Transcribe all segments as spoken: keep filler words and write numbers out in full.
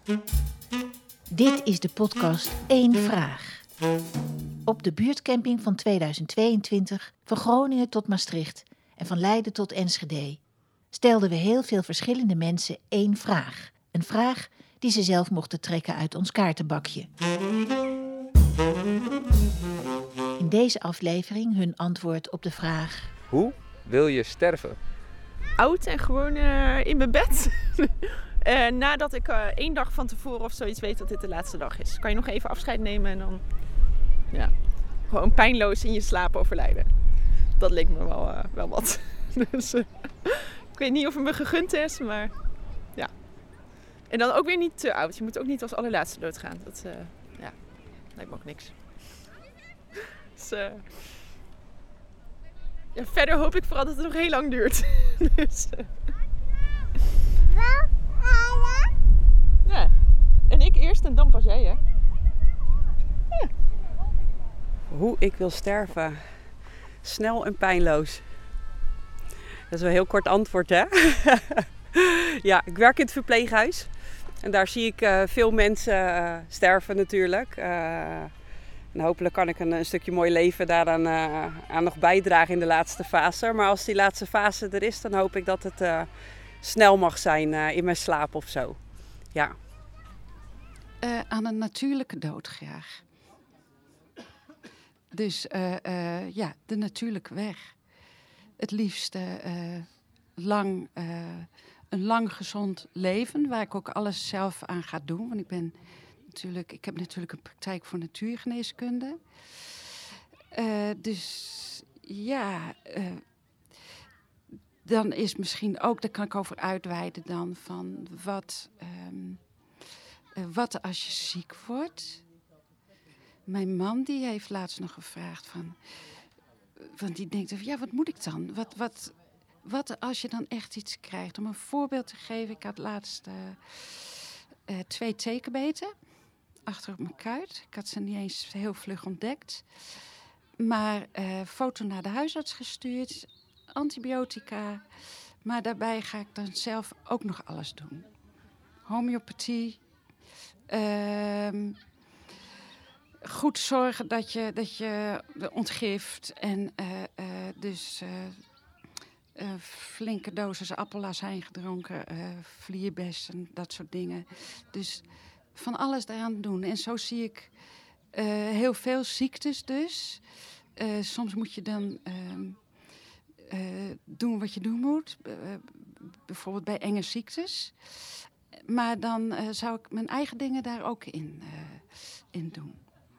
Dit is de podcast Eén Vraag. Op de buurtcamping van tweeduizend tweeëntwintig, van Groningen tot Maastricht en van Leiden tot Enschede, stelden we heel veel verschillende mensen één vraag. Een vraag die ze zelf mochten trekken uit ons kaartenbakje. In deze aflevering hun antwoord op de vraag: hoe wil je sterven? Oud en gewoon uh, in mijn bed. uh, nadat ik uh, één dag van tevoren of zoiets weet dat dit de laatste dag is. Kan je nog even afscheid nemen en dan ja, gewoon pijnloos in je slaap overlijden. Dat leek me wel, uh, wel wat. Dus uh, ik weet niet of het me gegund is, maar ja. En dan ook weer niet te oud. Je moet ook niet als allerlaatste doodgaan. Dat uh, ja, lijkt me ook niks. Dus, uh, ja, verder hoop ik vooral dat het nog heel lang duurt. Dus, uh. Ja. En ik eerst en dan pas jij, hè? Ja. Hoe ik wil sterven. Snel en pijnloos. Dat is wel een heel kort antwoord, hè? Ja, ik werk in het verpleeghuis. En daar zie ik uh, veel mensen uh, sterven natuurlijk. Uh, en hopelijk kan ik een, een stukje mooi leven daaraan uh, aan nog bijdragen in de laatste fase. Maar als die laatste fase er is, dan hoop ik dat het uh, snel mag zijn uh, in mijn slaap of zo. Ja. Uh, aan een natuurlijke dood graag. Dus uh, uh, ja, de natuurlijke weg. Het liefst uh, lang, uh, een lang gezond leven, waar ik ook alles zelf aan ga doen. Want ik ben natuurlijk, ik heb natuurlijk een praktijk voor natuurgeneeskunde. Uh, dus ja, uh, dan is misschien ook, daar kan ik over uitweiden dan van wat, um, uh, wat als je ziek wordt. Mijn man die heeft laatst nog gevraagd van, want die denkt, ja, wat moet ik dan? Wat, wat, wat als je dan echt iets krijgt? Om een voorbeeld te geven, ik had laatst uh, uh, twee tekenbeten achter op mijn kuit. Ik had ze niet eens heel vlug ontdekt. Maar uh, foto naar de huisarts gestuurd, antibiotica. Maar daarbij ga ik dan zelf ook nog alles doen. Homeopathie. Uh, goed zorgen dat je, dat je ontgift. En uh, uh, dus uh, uh, flinke doses appelazijn gedronken. Uh, vlierbessen, dat soort dingen. Dus van alles daaraan doen. En zo zie ik uh, heel veel ziektes dus. Uh, soms moet je dan uh, uh, doen wat je doen moet. Uh, bijvoorbeeld bij enge ziektes. Maar dan uh, zou ik mijn eigen dingen daar ook in, uh, in doen.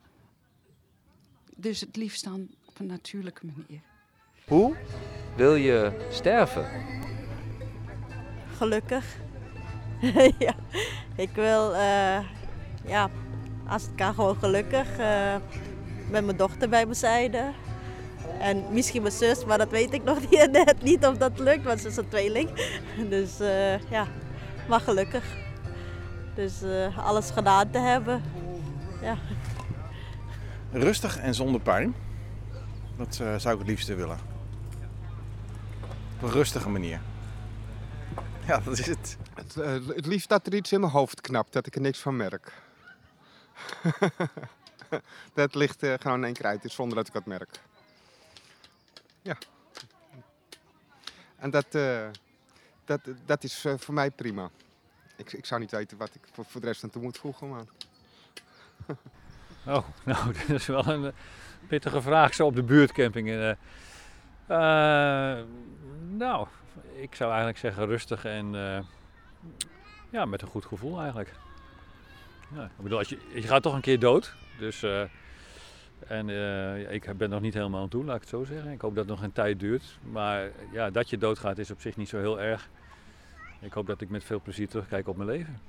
Dus het liefst dan op een natuurlijke manier. Hoe wil je sterven? Gelukkig. Ja, ik wil, uh, ja, als het kan gewoon gelukkig. Uh, met mijn dochter bij mijn zijde. En misschien mijn zus, maar dat weet ik nog niet, net niet of dat lukt, want ze is een tweeling. Dus uh, ja, maar gelukkig. Dus uh, alles gedaan te hebben. Ja. Rustig en zonder pijn. Dat uh, zou ik het liefste willen. Op een rustige manier. Ja, dat is het. Het, uh, het liefst dat er iets in mijn hoofd knapt, dat ik er niks van merk. Dat ligt uh, gewoon in één keer uit, zonder dat ik dat merk. Ja. En dat, uh, dat, dat is uh, voor mij prima. Ik, ik zou niet weten wat ik voor, voor de rest aan toe moet voegen, maar... Oh, nou, dat is wel een pittige vraag zo op de buurtcamping. Uh, uh, nou, ik zou eigenlijk zeggen rustig en uh, ja, met een goed gevoel eigenlijk. Ja, ik bedoel, als je, je gaat toch een keer dood, dus uh, en uh, ik ben nog niet helemaal aan toe, laat ik het zo zeggen. Ik hoop dat het nog een tijd duurt, maar ja, dat je doodgaat is op zich niet zo heel erg. Ik hoop dat ik met veel plezier terugkijk op mijn leven.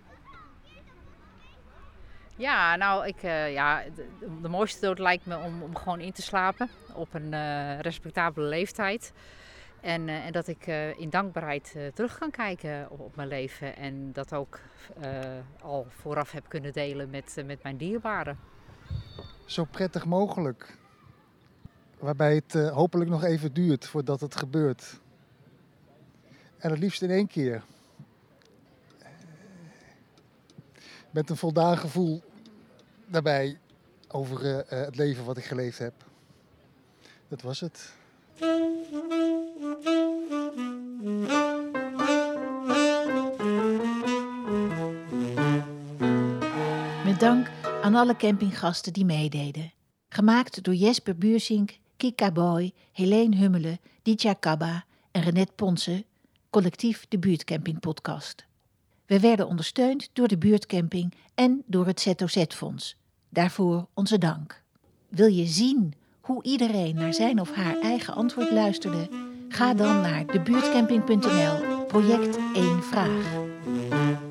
Ja, nou, ik, uh, ja, de, de mooiste dood lijkt me om, om gewoon in te slapen op een uh, respectabele leeftijd. En, uh, en dat ik uh, in dankbaarheid uh, terug kan kijken op, op mijn leven. En dat ook uh, al vooraf heb kunnen delen met, uh, met mijn dierbaren. Zo prettig mogelijk. Waarbij het uh, hopelijk nog even duurt voordat het gebeurt. En het liefst in één keer. met een voldaan gevoel daarbij over uh, uh, het leven wat ik geleefd heb. Dat was het. Met dank aan alle campinggasten die meededen. Gemaakt door Jesper Buursink, Kika Boy, Helene Hummelen, Ditya Kabba en Renette Ponsen, collectief de Buurtcamping Podcast. We werden ondersteund door de Buurtcamping en door het Z O Z-fonds. Daarvoor onze dank. Wil je zien hoe iedereen naar zijn of haar eigen antwoord luisterde? Ga dan naar debuurtcamping punt n l, project één vraag.